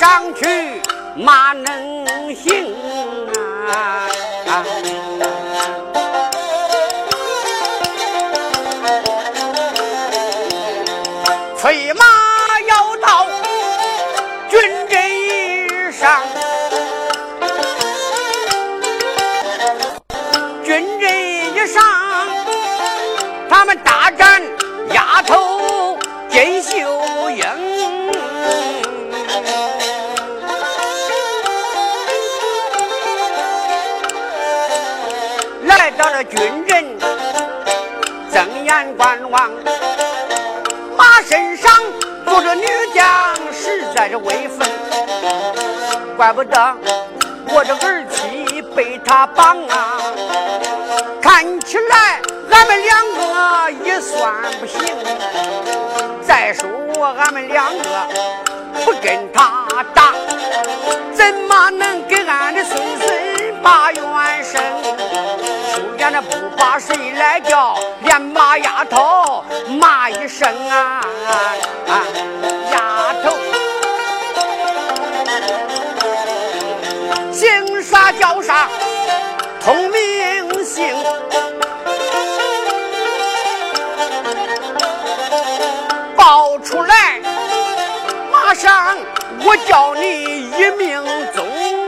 上去马能行啊！催马要到军阵上，军阵一上，他们大战丫头金秀英。来到了军阵，睁眼观望，马身上坐着女将，实在是威风。怪不得我这儿妻被他绑啊！看起来俺们两个也算不行。再说俺们两个不跟他打，怎么能给俺的孙孙把冤生？出言的不把谁来叫，连骂丫头骂一声啊！丫头姓啥叫啥，通名姓，报出来马上我叫你一命宗。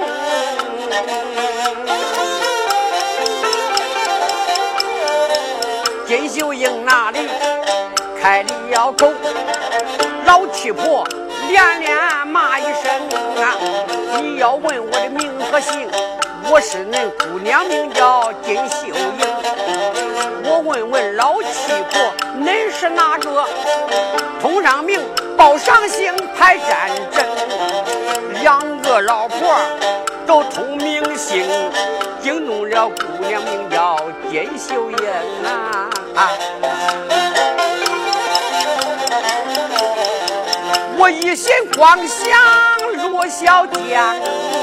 金秀英那里开了口，老七婆连连骂一声啊！你要问我的名和姓，我是恁姑娘，名叫金秀英。我问问老七婆，恁是哪个？通上名，报上姓，排战争。两个老婆都通名姓，惊动了姑娘，名叫金秀英啊！我一心光想罗小将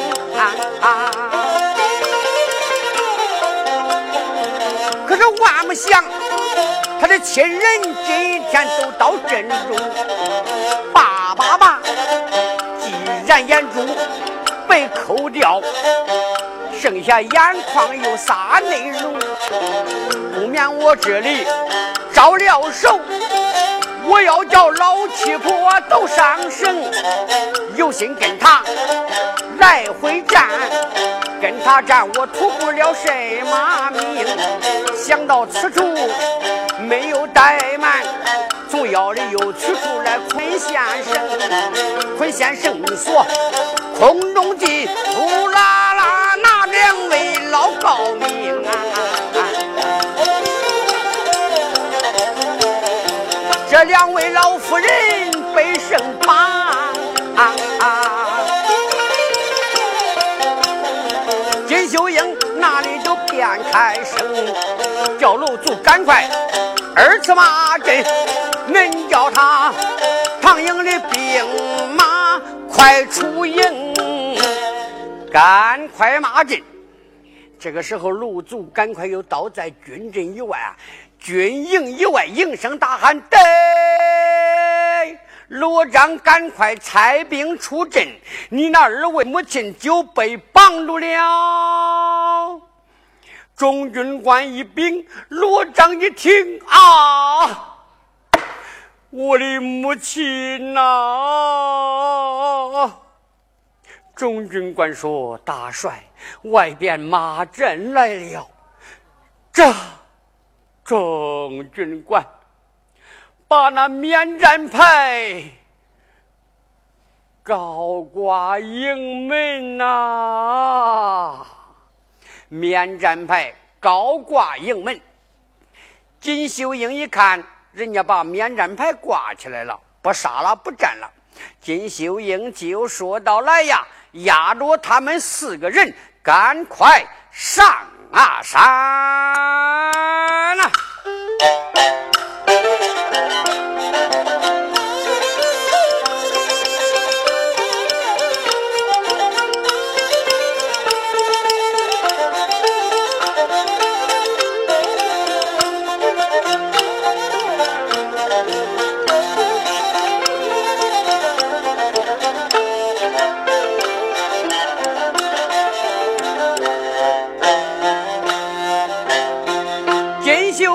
可是万不想他的亲人这一天都到阵中。爸，既然眼珠被抠掉，剩下眼眶有啥内容？不免我这里着了手，我要叫老七婆都上身，有心跟他来回战，跟他战我图不了什么命。想到此处没有怠慢，总要里又取出来捆先生。捆先生说空中的呼啦啦，那两位老高明啊！这两位老夫人被胜绑金秀英那里就便开声，叫楼主赶快二次马阵，恁叫他唐营的兵马快出营，赶快马阵。这个时候楼主赶快又倒在军阵以外军营以外应声大喊：对！罗章赶快采兵出阵，你那二位母亲就被绑住了。众军官一禀，罗章一听我的母亲众军官说：大帅，外边马阵来了。众军官把那免战牌高挂营门免战牌高挂营门。金秀英一看人家把免战牌挂起来了，不杀了，不战了。金秀英就说道：来呀，压着他们4个人赶快上山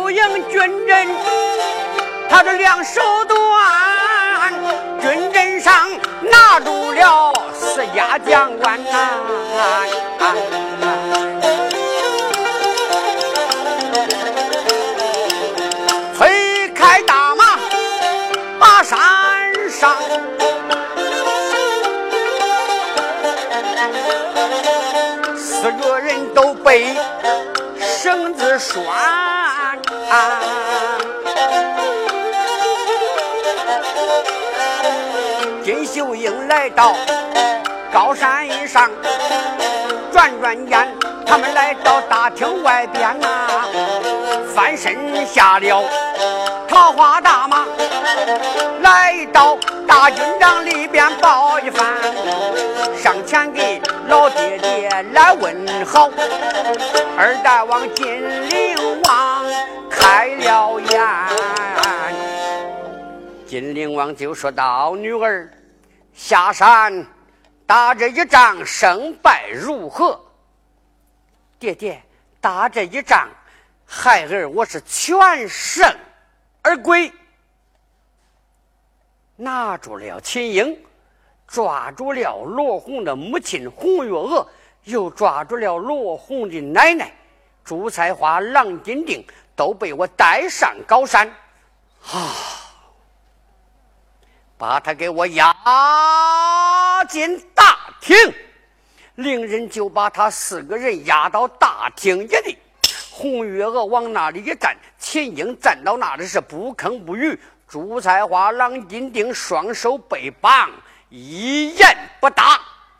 秀英军人，他的两手端，军阵上拿住了4家将官推开大马把山上，4个人都被绳子拴金秀英来到高山上，转间他们来到大厅外边翻身下了桃花大马，来到大军帐里边报一番，上前给老爹爹来问好。2代王金陵王开了眼，金陵王就说道：女儿下山打这一仗胜败如何？爹爹，打这一仗孩儿我是全胜而归。拿住了秦英，抓住了罗红的母亲红月娥，又抓住了罗红的奶奶朱彩花、郎金定，都被我带上高山把他给我押进大厅。令人就把他4个人押到大厅一里，红月娥往那里一站，秦英站到那里是不吭不语，朱彩花、郎金定双手背绑，一言不答。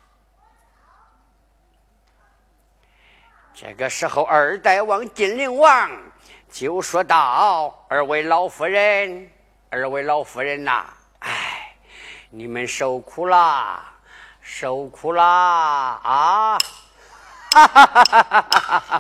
这个时候2代王金陵王就说道：二位老夫人呐，你们受苦啦，受苦啦啊！哈哈哈哈哈哈！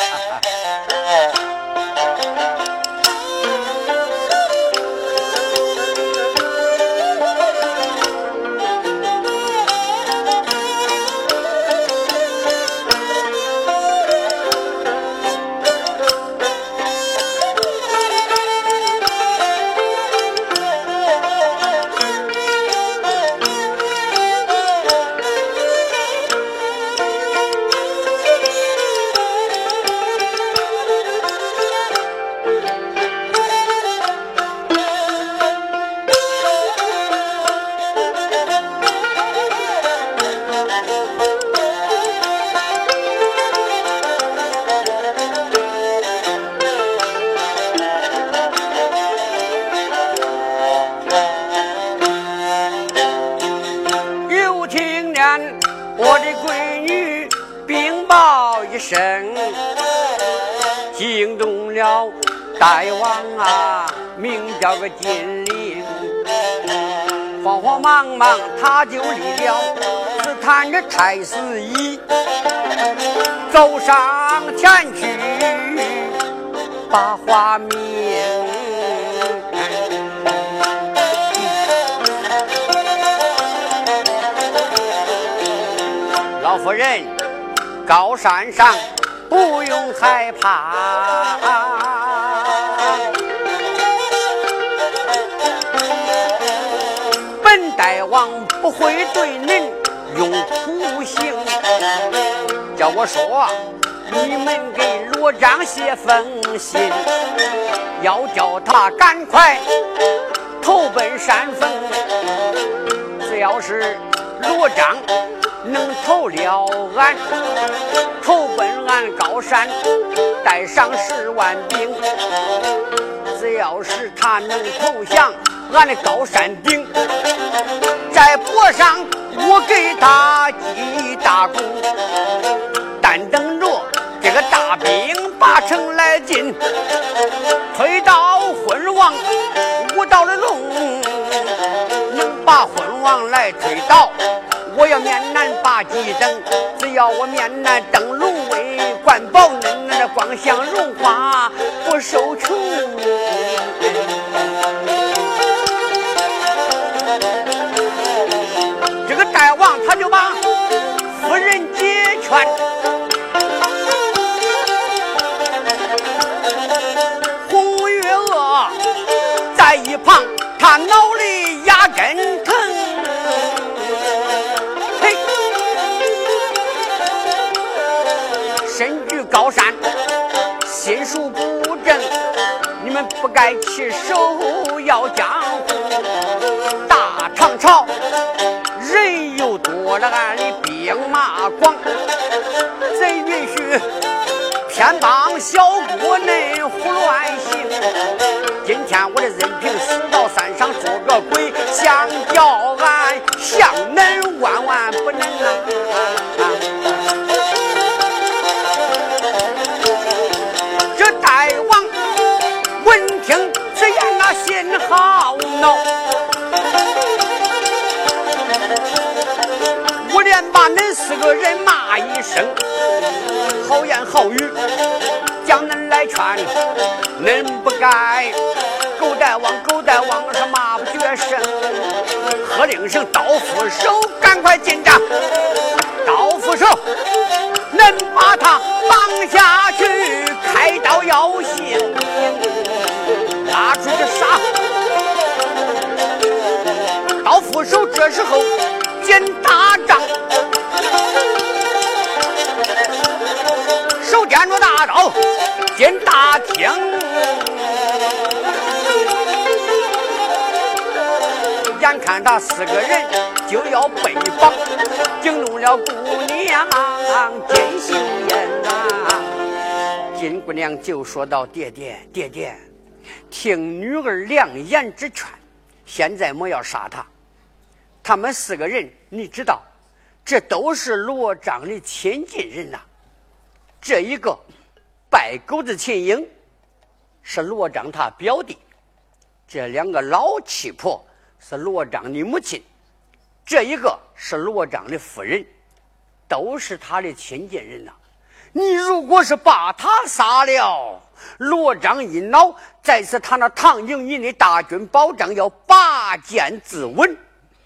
我的闺女禀报一声，惊动了大王啊，名叫个金陵。慌慌忙忙他就离了只看着太师椅，走上前去把话明。老夫人，高山上不用害怕，本大王不会对您用苦刑。叫我说，你们给罗章写封信，要叫他赶快投奔山峰。只要是罗章能投了俺，投奔俺高山，带上10万兵。只要是他能投降俺的高山顶，在脖上我给他记大功。但等着这个大兵把城来进，推到昏王无道的龙，能把昏王来推倒，我要面南把鸡登。只要我面南登龙威，冠宝恁那光享荣华不受穷。这个大王他就把夫人解劝，红月他脑里压根疼。嘿，身居高山，心术不正，你们不该起手要江湖。大唐朝人又多了，俺的兵马广，贼允许偏帮小国恁胡乱行。今天我的任凭死到山上做个鬼，想叫俺向恁万万不能啊！这大王闻听此言，那心好恼，我连把恁4个人骂一声，好言好语将恁来劝，恁不该狗大王是骂不绝声。喝令声刀斧手，赶快进帐。刀斧手，恁把他绑下去，开刀要刑。拉出去杀。刀斧手这时候见大仗，手掂着大刀见大厅，眼看他4个人就要被绑，惊动了姑娘金心眼啊！金姑娘就说道：“爹爹，听女儿良言之劝，现在莫要杀他。他们4个人，你知道，这都是罗章的亲近人呐。这一个拜狗子秦英是罗章他表弟，这2个老七婆是罗章的母亲，这一个是罗章的夫人，都是他的亲近人呐。你如果是把他杀了，罗章一恼，再次他那唐营营的大军保障要拔剑自刎，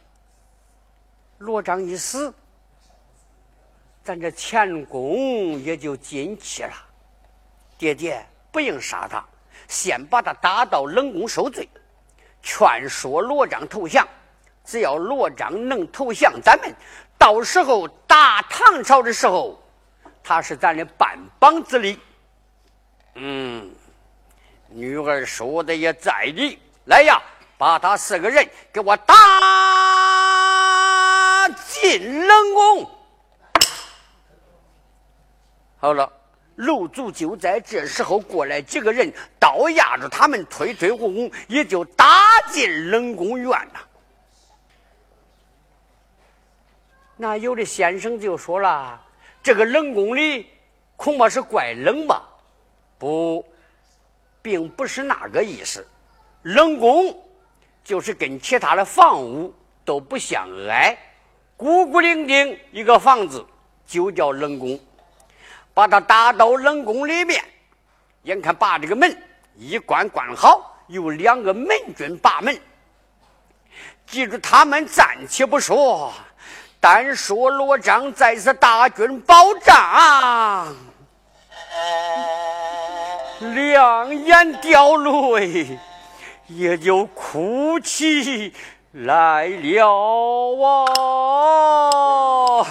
罗章一死，咱这前功也就尽弃了。爹爹不应杀他，先把他打到冷宫受罪，劝说罗章投降。只要罗章能投降咱们，到时候大唐朝的时候，他是咱的半帮之力。女儿说的也在理。来呀，把他4个人给我打进冷宫。好了，陆祖就在这时候过来几个人，刀压着他们，推推哄哄，也就打进冷宫院了。那有的先生就说了，这个冷宫里恐怕是怪冷吧？不，并不是那个意思。冷宫就是跟其他的房屋都不相挨，孤孤零零一个房子，就叫冷宫。把他打到冷宫里面，眼看把这个门一关好，有2个门军把门。记住他们暂且不说，单说罗章再次大军保障，两眼掉泪，也就哭起来了啊！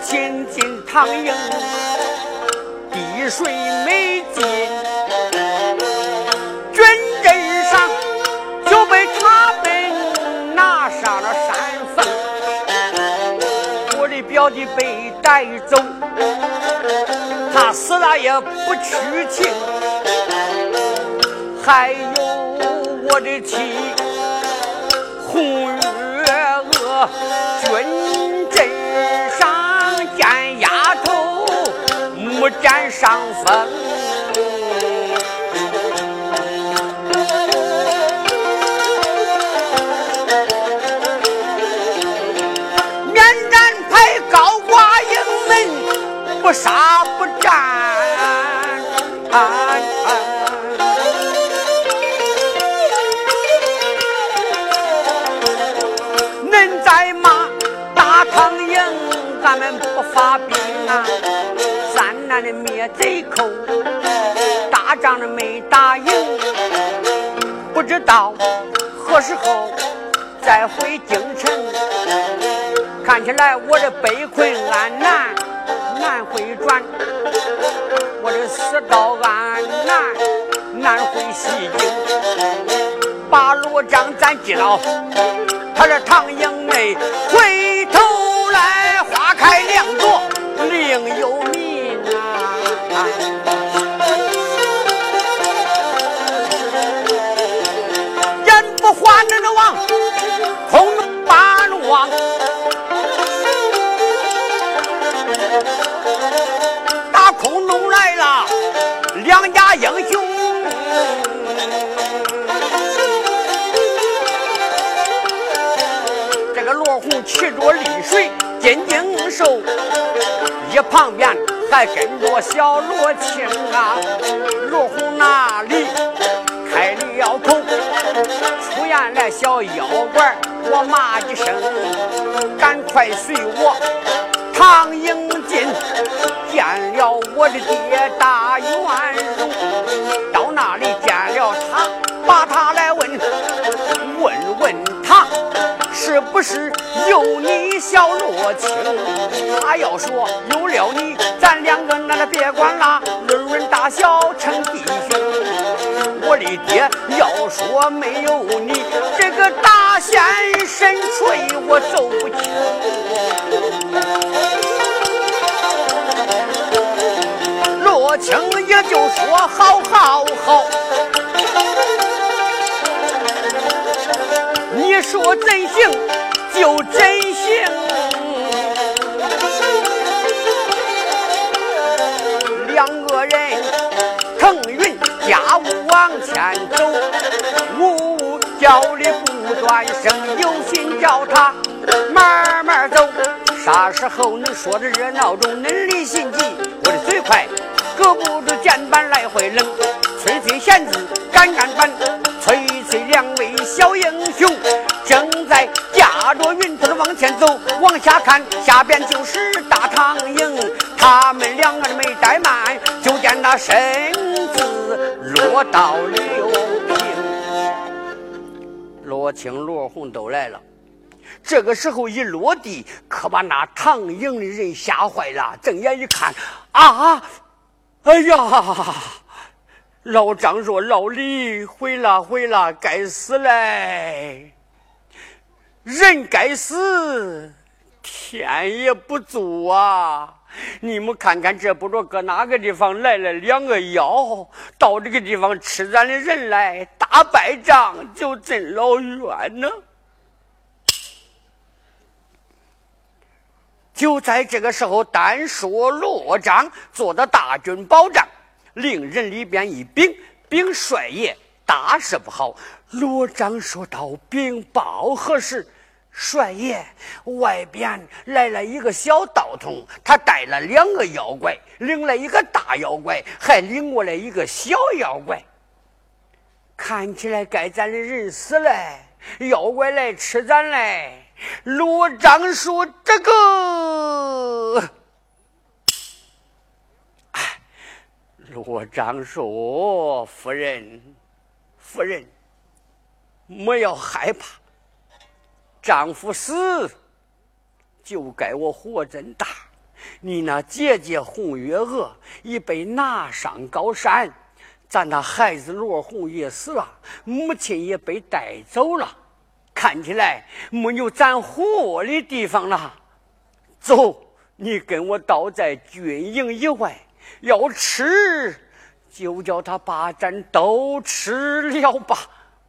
亲近唐营，滴水没进，军阵上就被他们拿上了山峰。我的表弟被带走，他死了也不屈情，还有我的妻红月娥，军阵上见丫头木占上风。免战牌高挂营门，不杀不战。恁在骂大唐营，咱们不发兵啊！三难的灭贼寇，打仗的没打赢，不知道何时候再回京城。看起来我的北困安南难回转，我的死到安南难回西京。把罗章咱记牢，他这唐营内回头来花开两朵另有名啊！人不还那王，空中八王，打空中来了两家英雄。罗红骑着丽水金睛兽，一旁边还跟着小罗青啊。罗红那里开了口，出现来小妖怪，我骂一声，赶快随我唐营进，见了我的爹大元荣，到那里见了他，把他来问他是不是有你小罗青？他要说有了你，咱两个那别管了，论论大小成弟兄。我的爹要说没有你，这个大仙神锤我走不清。罗青也就说好好好，你说真行就真行。两个人腾云驾雾往前走，呜呜叫里不断声，有心叫他慢慢走。啥时候能说的热闹中能离心急？我的嘴快搁不住键盘来回冷，催催弦子赶赶板，催催两位小英雄正在驾着云头往前走，往下看下边就是大唐营，他们两个人没怠慢，就见那身子落到六平。罗青罗红都来了，这个时候一落地，可把那唐营的人吓坏了，睁眼一看啊，哎呀，老张说老李回了，该死嘞，人该死天也不足啊！你们看看这不知道搁哪个地方来了两个妖，到这个地方吃咱的人来打败仗，就真老冤呢。就在这个时候，单说罗章做的大军保障，令人里边一禀帅爷，大事不好。罗章说道：禀报何事？帅爷，外边来了一个小道童，他带了两个妖怪，领了一个大妖怪，还领过来一个小妖怪。看起来该咱的人死了，妖怪来吃咱嘞。罗章说：这个罗章说：夫人莫要害怕，丈夫死就该我活真大， 你那姐姐红月娥已被拿上高山，咱那孩子罗红也死了，母亲也被带走了，看起来没有咱活的地方了。走，你跟我倒在军营以外，要吃就叫他把咱都吃了吧。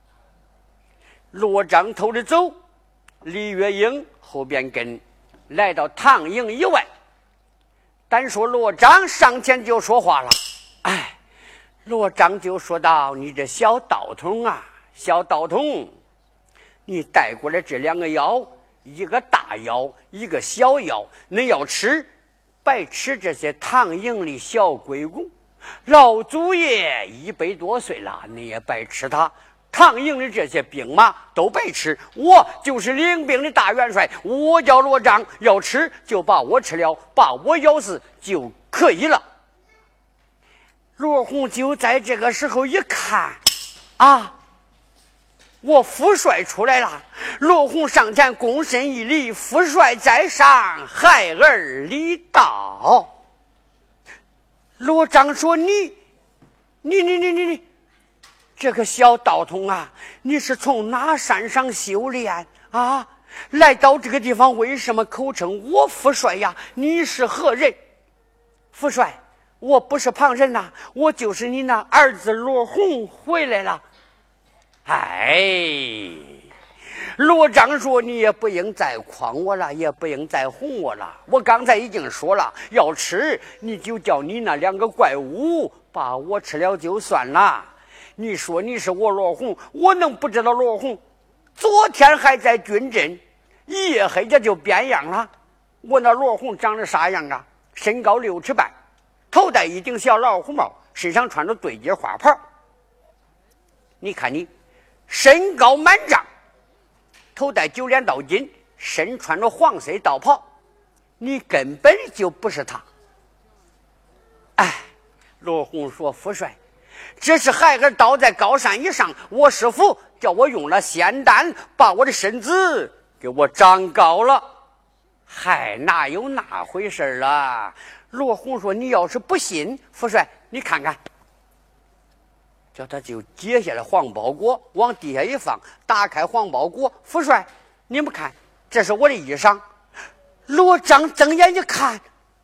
罗章头着走，李月英后边跟，来到唐营以外。单说罗章上前就说话了，哎，罗章就说道：“你这小道童啊，小道童，你带过来这两个妖，一个大妖，一个小妖，恁要吃，白吃这些唐营里小鬼公。老祖爷100多岁了，你也白吃他。唐营的这些兵马都白吃，我就是领兵的大元帅，我叫罗章，要吃就把我吃了，把我咬死就可以了。”罗红就在这个时候一看，啊，我父帅出来了。罗红上前躬身一礼：“父帅在上，孩儿礼到。”罗章说：“你这个小道童啊，你是从哪山上修炼啊？来到这个地方，为什么口称我父帅呀？你是何人？”“父帅，我不是旁人呐，我就是你那儿子罗红回来了。”哎，罗章说：“你也不应再诓我了，也不应再哄我了。我刚才已经说了，要吃你就叫你那两个怪物把我吃了就算了。你说你是我罗红，我能不知道罗红？昨天还在军阵，一夜黑这就变样了。我那罗红长得啥样啊？身高6尺半，头戴一顶小老虎帽，身上穿着对襟花袍。你看你身高满丈，头戴9连道巾，身穿着黄色道袍，你根本就不是他。”哎，罗红说：“父帅，这是孩儿倒在高山以上，我师父叫我用了仙丹，把我的身子给我长高了。”嗨，哪有那回事了？罗红说：“你要是不信，父帅，你看看。”叫他就解下来黄包裹，往地下一放，打开黄包裹。“父帅，你们看，这是我的衣裳。”罗章睁眼一看，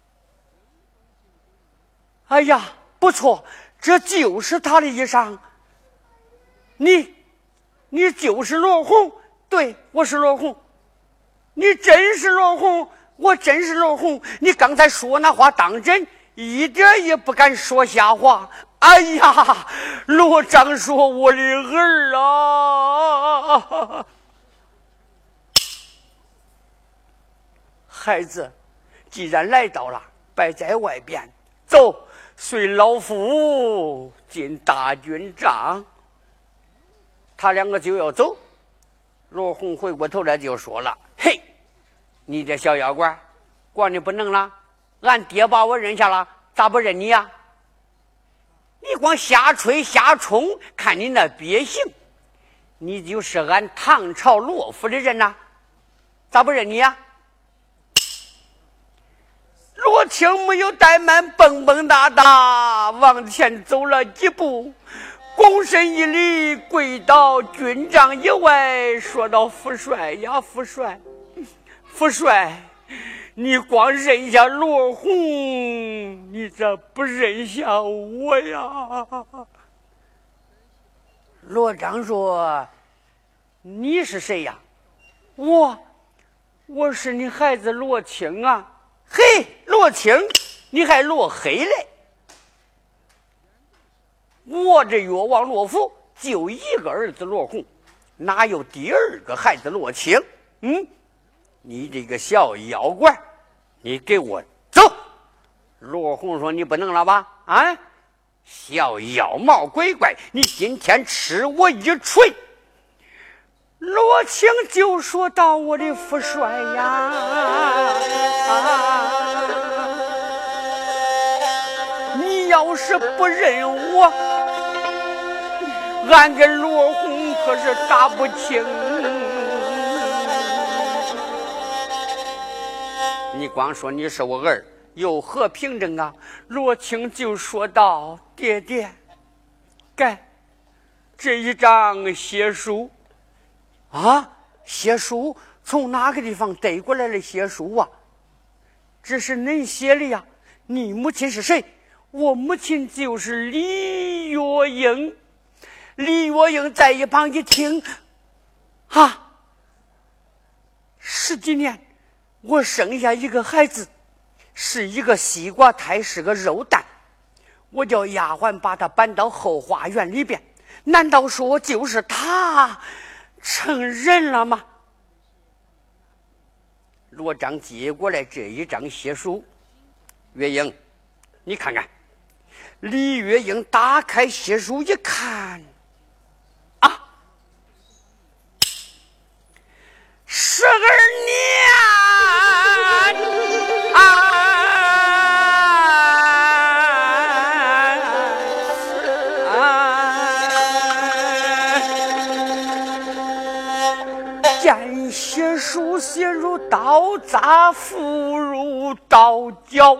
哎呀，不错，这就是他的衣裳。你就是罗红？对，我是罗红。你真是罗红？我真是罗红。你刚才说那话当真，一点也不敢说瞎话。哎呀，罗章说：“我的儿啊，孩子，既然来到了，摆在外边，走，随老夫进大军帐。”他两个就要走，罗红回过头来就说了：“嘿，你这小妖怪，管你不能了，俺爹把我认下了，咋不认你呀？你光瞎吹瞎冲，看你那憋性，你就是俺唐朝罗府的人呐，咋不认你呀？”罗青没有怠慢，蹦蹦哒哒往前走了几步，躬身一礼，跪到军帐以外，说道：“父帅呀，父帅，父帅，你光认下罗红，你这不认下我呀？”罗章说：“你是谁呀？”“我是你孩子罗青啊。”“嘿，罗青，你还罗黑嘞？我这越王罗府就一个儿子罗红，哪有第二个孩子罗青？你这个小妖怪，你给我走！”罗红说：“你不能了吧？啊，小妖毛鬼怪，你今天吃我一锤！”罗青就说道：“我的父帅呀，你要是不认我，俺跟罗红可是打不清。你光说你是我儿， 有何凭证啊？罗青就说道：“爹爹，该这一张血书啊，血书从哪个地方带过来的血书啊？这是恁写的呀？你母亲是谁？我母亲就是李月英。”李月英在一旁一听，啊，10几年我生下一个孩子，是一个西瓜胎，是个肉蛋，我叫丫鬟把他搬到后花园里边，难道说就是他成人了吗？罗章接过来这一张血书，月英，你看看。李月英打开血书一看，啊，12年见血书写入刀扎，腐入刀绞，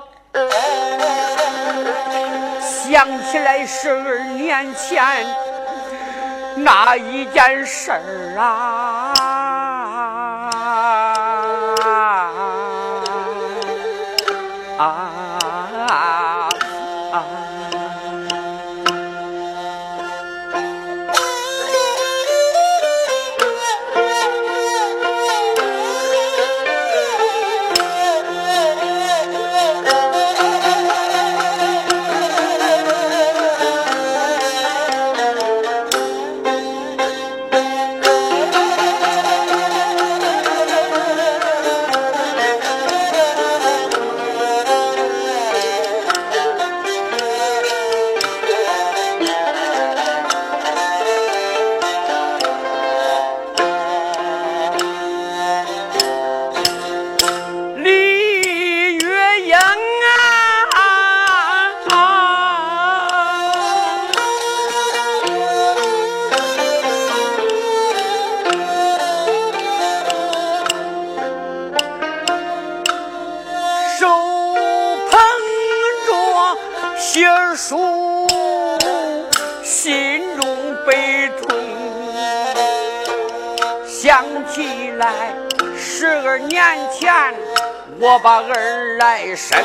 想起来12年前那一件事儿啊，12年前我把儿来生，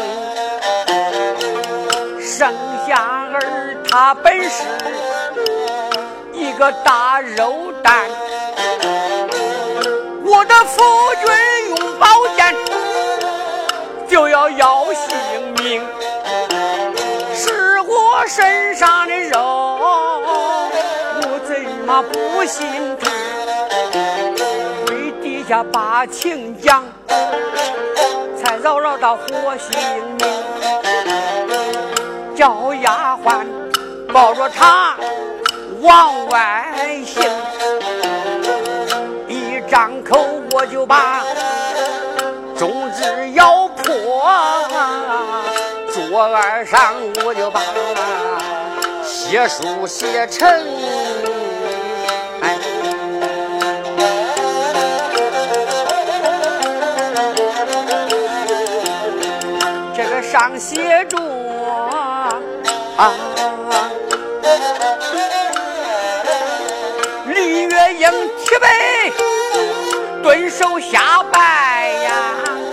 生下儿他本是一个大肉蛋，我的夫君用宝剑就要性命，是我身上的肉，我怎么不心疼？下把情讲，才饶了他活性命。叫丫鬟抱着他往外行，一张口我就把中指咬破，桌案上我就把血书写成。上写着李月英提杯顿首下拜呀，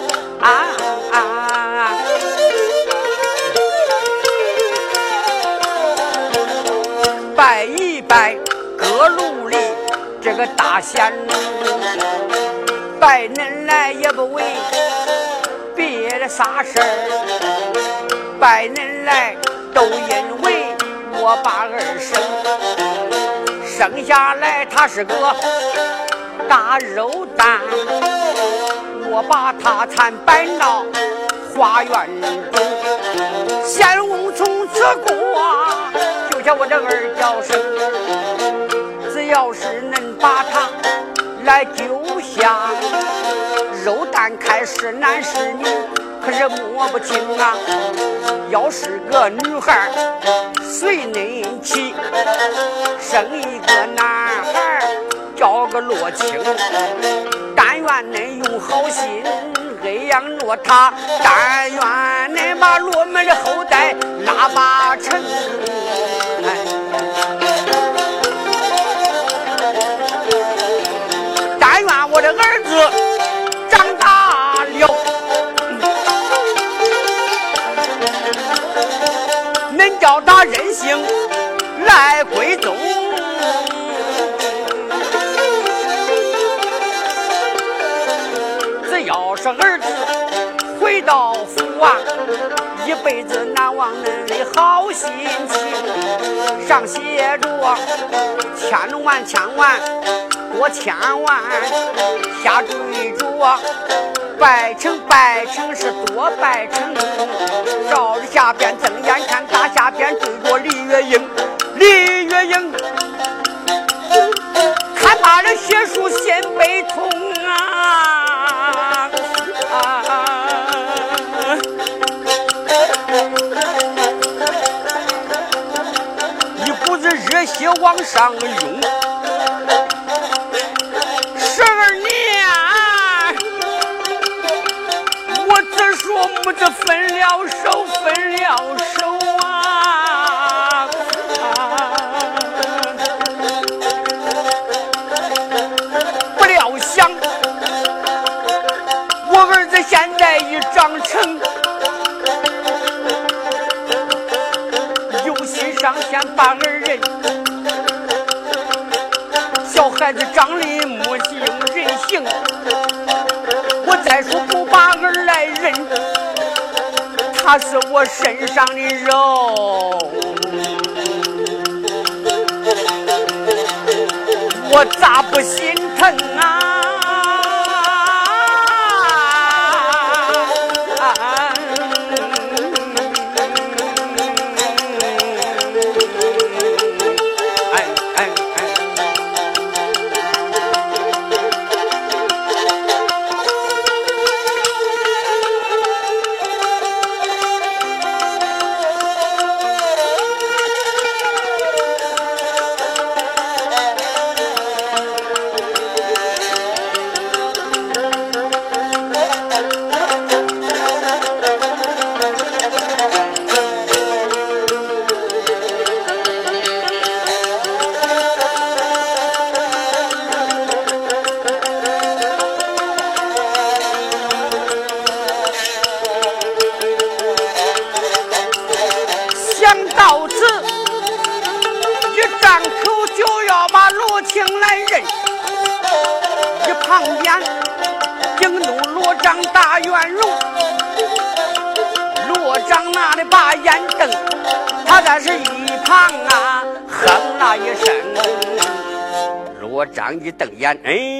拜一拜各路里这个大仙，拜恁来也不为别的啥事儿，拜恁来都因为我把儿生下来他是个大肉蛋，我把他残摆到花园中，仙翁从此过就叫我这儿叫声，只要是能把他来救下，肉蛋开是男是女可是摸不清啊，要是个女孩随恁去，生一个男孩叫个罗青，但愿恁用好心黑羊诺塔，但愿恁把罗门的后代拉拔成。但愿我的儿子长大了，能叫他任性来归宗。只要是儿子回到府啊，一辈子难忘恁的好心情。上写着千万千万多千万，下坠着百成百成是多百成。绕着下边睁眼看，大下边坠着李月英，李月英看罢了写书先悲痛啊！一股子热血往上涌。12年，我只说母子分了手，分了手啊！不料想，我儿子现在已长成。上线把儿人，小孩子长得母性人性。我再说不把儿来认，他是我身上的肉，我咋不心疼啊？大圆容，罗章那里把眼瞪，他在是一旁啊哼了一声。罗章一瞪眼，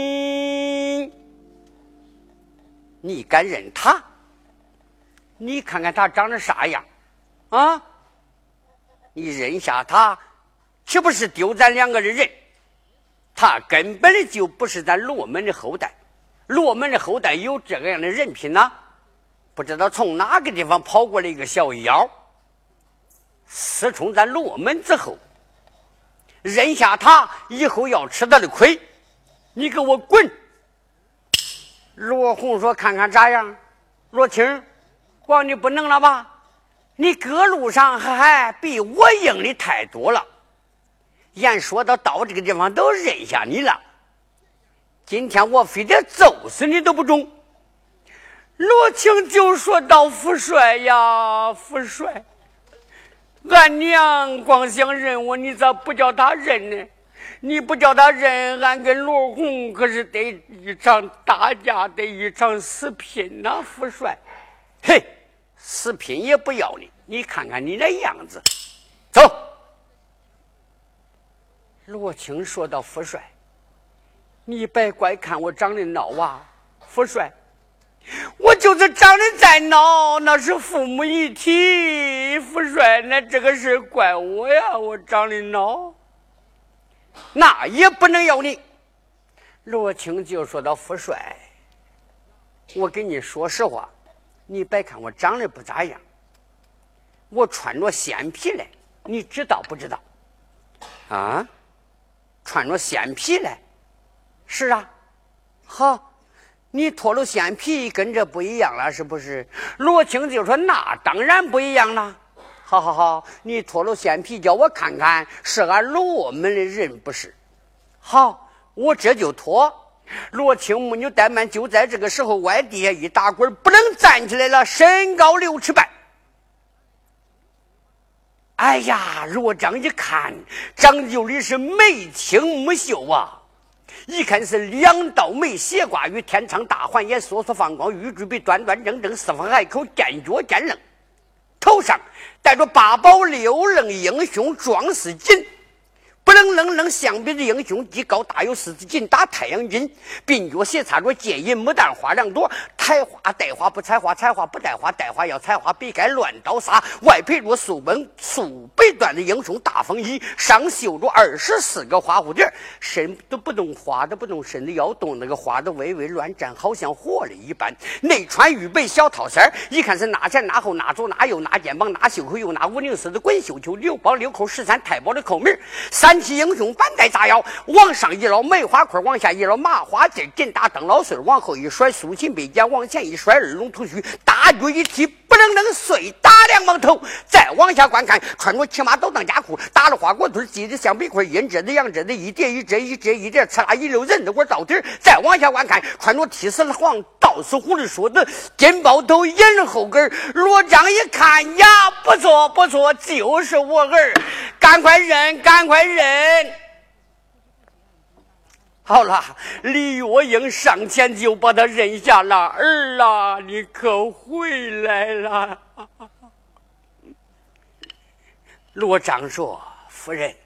你敢认他？你看看他长得啥样啊？你认下他，岂不是丢咱两个的人？他根本的就不是咱罗门的后代。罗门的后代有这样的人品呢？不知道从哪个地方跑过来一个小妖，私冲咱罗门之后，认下他以后要吃他的亏，你给我滚！罗红说：“看看咋样？”罗青，光你不能了吧？你各路上还比我硬的太多了。言说到这个地方都认下你了。今天我非得揍死你都不中。罗青就说到：“父帅呀，父帅，俺娘光想认我，你咋不叫他认呢？你不叫他认，俺跟罗红可是得一场打架，得一场死拼呐，父帅。嘿，死拼也不要你，你看看你那样子。走。”罗青说到：“父帅，你别怪看我长得孬啊，父帅，我就是长得再孬，那是父母一体。父帅，那这个事怪我呀，我长得孬，那也不能要你。”罗青就说到：“父帅，我跟你说实话，你别看我长得不咋样，我穿着鲜皮来，你知道不知道？啊？穿着鲜皮来？是啊。好， 你脱了鲜皮跟这不一样了，是不是？罗青就说那当然不一样了。好好好，你脱了鲜皮叫我看看是俺罗门的人不是？好，我这就脱。罗青母女怠慢，就在这个时候歪地下一打滚，不能站起来了，身高6尺半。哎呀，罗章一看长就的是眉清目秀啊，一看是2道眉，斜挂于天苍，大环眼，烁烁放光，玉柱鼻，端端正正，四方海口，尖角尖棱，头上戴着8宝6棱英雄装饰锦，不冷冷冷象鼻的英雄，地高大有4字锦，打太阳金，鬓角斜插着剑银牡丹花2朵，采花带花不采花，采花不带花，带花要采花，笔该乱刀杀。外配着素北端的英雄大风衣，上绣着24个花蝴蝶，身都不动，花都不动，身子要动，那个花都微微乱颤，好像活了一般。内穿玉背小套衫，一看是拿前拿后，拿左拿右，拿肩膀，拿袖口，又拿504的滚绣球，6包6扣13太保的扣名。3旗英雄反带炸药，往上一捞梅花块，往下一捞麻花劲，紧打灯老穗，往后一甩苏秦背肩，往前一甩2龙吐须，大脚一踢，不能碎打2毛头。再往下观看，穿着骑马斗当家裤，打了花果腿，系着象鼻块，阴褶的阳褶的，一叠一折一折一叠，刺啦一溜人的我到底。再往下观看，穿着剃丝黄倒死狐狸说的金包头，银后跟。罗章一看呀，不错不错，就是我儿，赶快认赶快认。好了，李月英上前就把他认下了。儿啊，你可回来了。罗章说：夫人，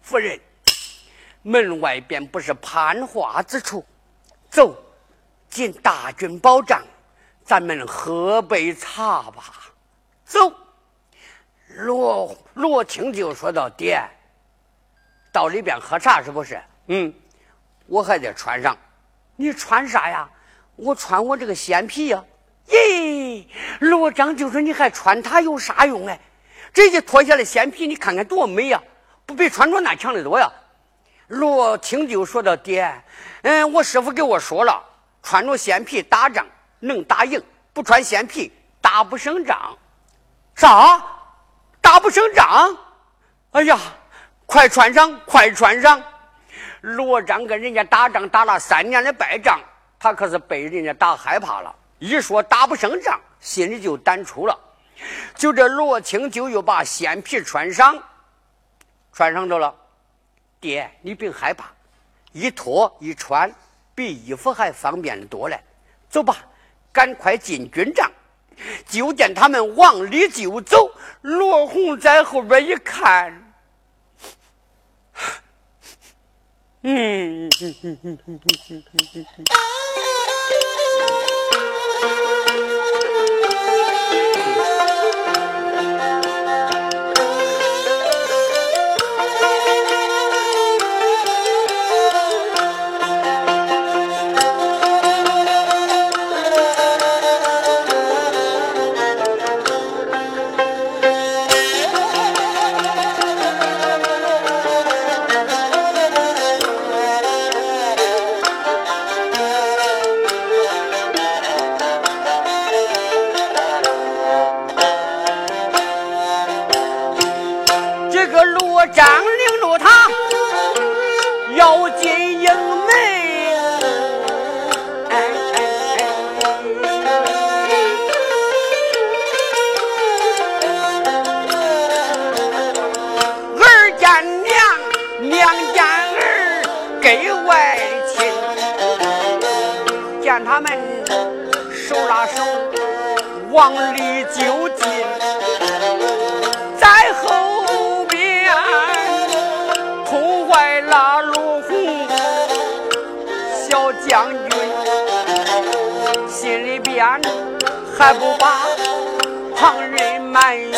门外边不是攀花之处，走进大军保障，咱们喝杯茶吧。走。罗青就说道：爹，到里边喝茶是不是？我还得穿上。你穿啥呀？我穿我这个鲜皮呀。咦，罗章就说：你还穿它有啥用哎？这一脱下来鲜皮，你看看多美呀，不比穿着那强得多呀。罗青就说道：爹，我师傅给我说了，穿着鲜皮打仗能打赢，不穿鲜皮打不胜仗。啥？打不胜仗？哎呀，快穿上快穿上。罗章跟人家打仗打了3年的败仗，他可是被人家打害怕了，一说打不胜仗，心里就胆粗了。就这罗青就又把鲜皮穿上着了。爹，你别害怕，一脱一穿比衣服还方便的多了。走吧，赶快进军帐。就见他们往里就走，罗红在后边一看，张领着他要进营门，儿见娘，娘见儿，给外亲，见他们手拉手往里就进，在后坏了罗红小将军，心里边还不把旁人埋怨，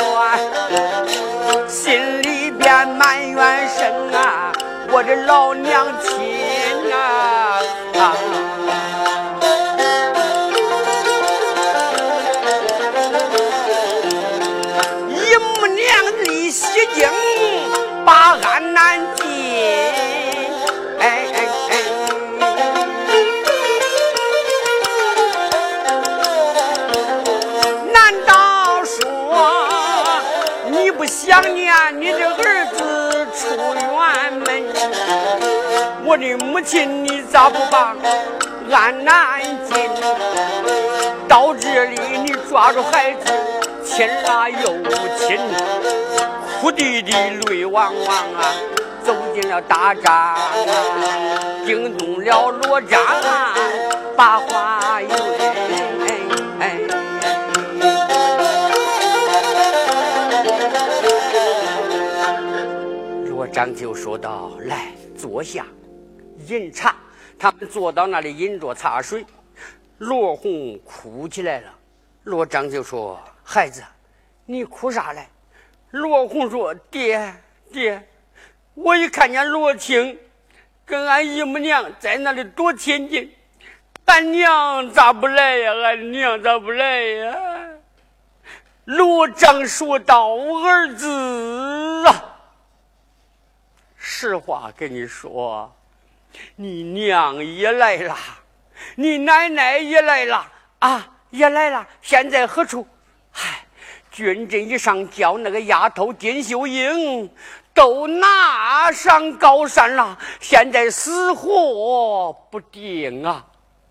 心里边埋怨声啊，我这老娘亲啊，一母娘离西京把俺难尽， 亲你咋不把俺南进？到这里你抓住孩子亲了又亲，哭弟弟泪汪汪啊，走进了大帐啊，惊动了罗章啊，把花园。罗章就说道：“来，坐下，饮茶。”他们坐到那里饮着茶水。罗红哭起来了。罗章就说：“孩子，你哭啥来？”罗红说：“爹，我一看见罗青跟俺姨母娘在那里多亲近，俺娘咋不来呀？俺娘咋不来呀？”罗章说道：“儿子啊，实话跟你说，你娘也来了，你奶奶也来了啊，也来了。现在何处？嗨，军阵以上叫那个丫头金秀英都拿上高山了，现在死活不定啊。”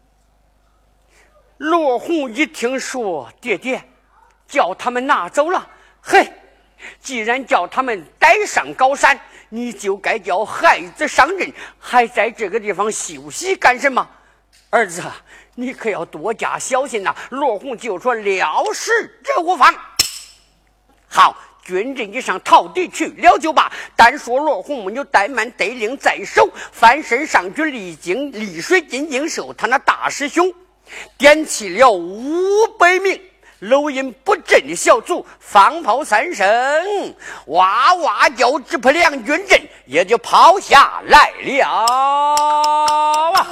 罗红一听说，爹，叫他们拿走了。嘿，既然叫他们带上高山，你就该叫孩子上阵，还在这个地方休息干什么？儿子，你可要多加小心呐！罗红就说：“了事这无妨。”好，军阵以上逃敌去了就罢。单说罗红没有怠慢得令在手，翻身上去丽水金睛手他那大师兄，点起了500名楼阴不振的小卒，放炮3声，哇哇叫，直扑两军阵也就跑下来了啊！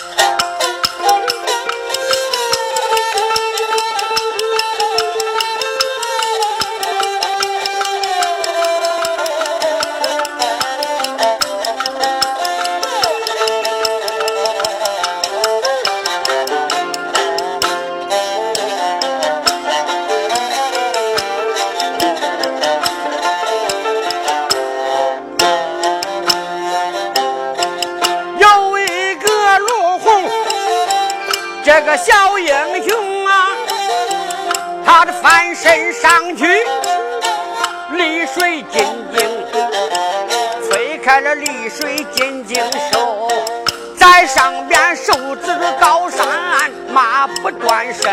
这个小英雄啊，他的翻身上去，丽水金睛，推开了丽水金睛手，在上边手指着高山，马不断身。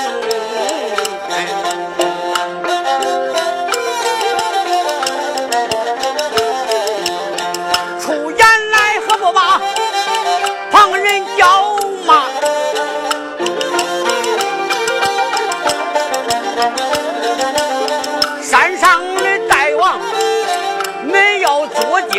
出言来何不把旁人叫骂？山上的大王没要作精，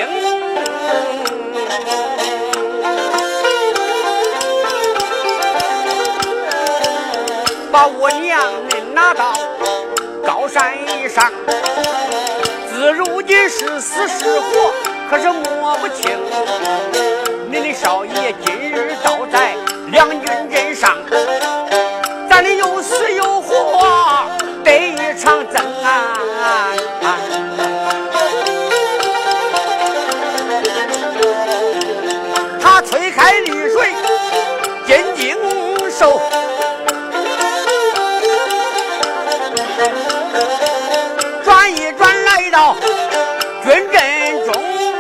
把我娘恁拿到高山以上，自如今是死是活可是摸不清。您的少爷今日倒在两军阵上，咱的有死有活得一场争啊！他推开丽水金睛手，转一转来到军阵中，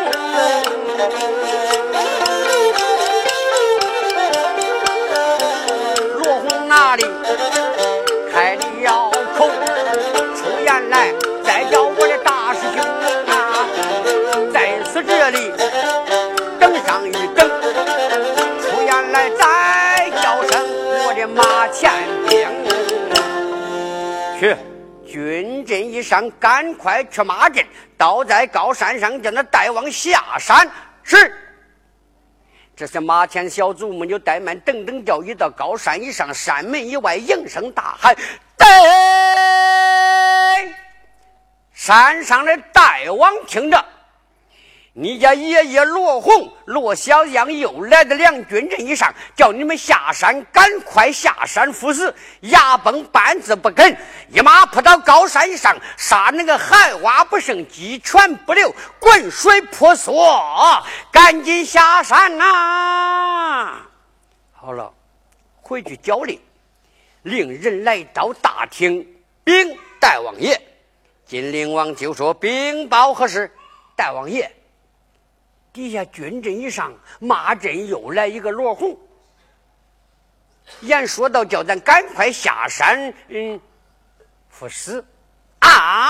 罗红那里开了口，出言来再叫我的大师兄啊，在此这里等上一等，出言来再叫声我的马前兵去。军阵以上，赶快去马阵，倒在高山上，叫那大王下山。是，这些马前小卒们就怠慢，等等叫一到高山以上，山门以外应声大喊：“对！”山上的大王听着， 你家爷爷罗红、罗小阳又来的两军阵以上，叫你们下山，赶快下山赴死！牙崩半字不肯，一马扑到高山上，杀那个海蛙不剩，鸡犬不留，滚水泼索，赶紧下山啊！好了，回去交令，令人来到大厅禀大王爷。金陵王就说：“禀报何事？”大王爷，底下军阵以上，马阵又来一个罗红。言说到叫咱赶快下山，赴死啊！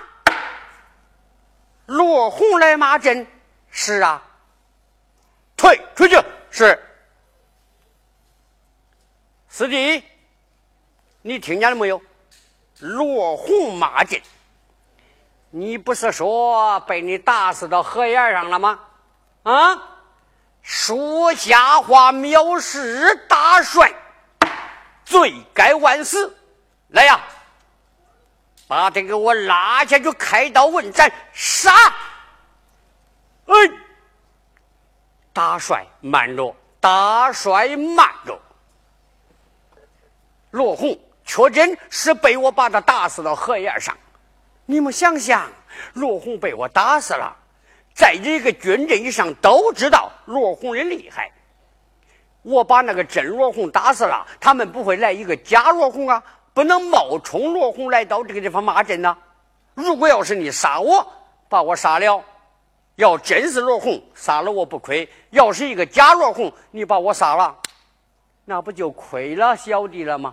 罗红来马阵，是啊，退出去。是。司机，你听见了没有？罗红马阵，你不是说被你打死到河沿上了吗？啊！说瞎话，藐视大帅，罪该万死！来呀，把他给我拉下去，开刀问斩，杀！哎，大帅慢着，大帅慢着。罗红确真是被我把他打死到河沿上。你们想想，罗红被我打死了，在这个军阵上都知道罗红的厉害。我把那个真罗红打死了，他们不会来一个假罗红啊，不能冒充罗红来到这个地方骂阵呢。如果要是你杀我，把我杀了，要真是罗红，杀了我不亏；要是一个假罗红，你把我杀了，那不就亏了小弟了吗？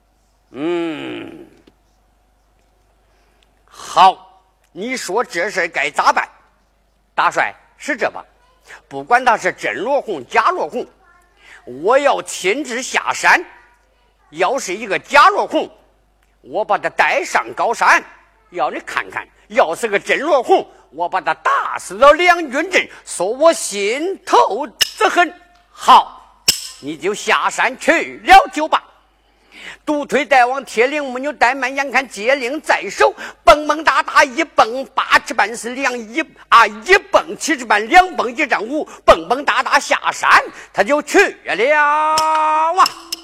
好，你说这事该咋办？大帅，是这吧？不管他是真罗红假罗红，我要亲自下山。要是一个假罗红，我把他带上高山，要你看看；要是个真罗红，我把他打死到两军阵，说我心头之恨。好，你就下山去了就罢。独推大王铁岭木牛怠慢眼看接令在手，蹦蹦哒哒一蹦8尺半是2一蹦7尺半2蹦1丈5，蹦蹦哒哒下山他就去了啊！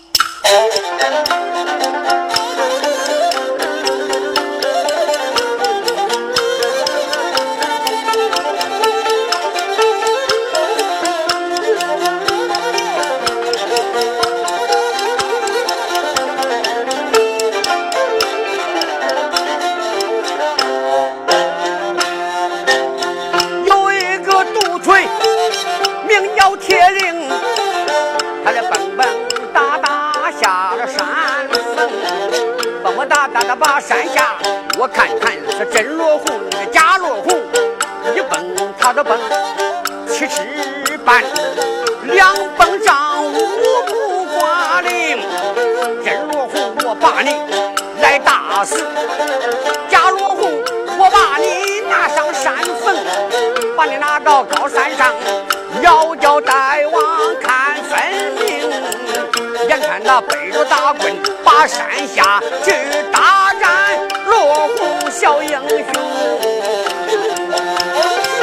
铁岭，他这蹦蹦哒哒下了山峰，蹦蹦哒哒的把山下，我看看是真罗红那个假罗红，一蹦他的蹦7尺半，2蹦上5步挂铃，真罗红我把你来打死，假罗红我把你拿上山峰，把你拿到高山上，要叫大王看分明，眼看那背着大棍把山下去大战罗红小英雄。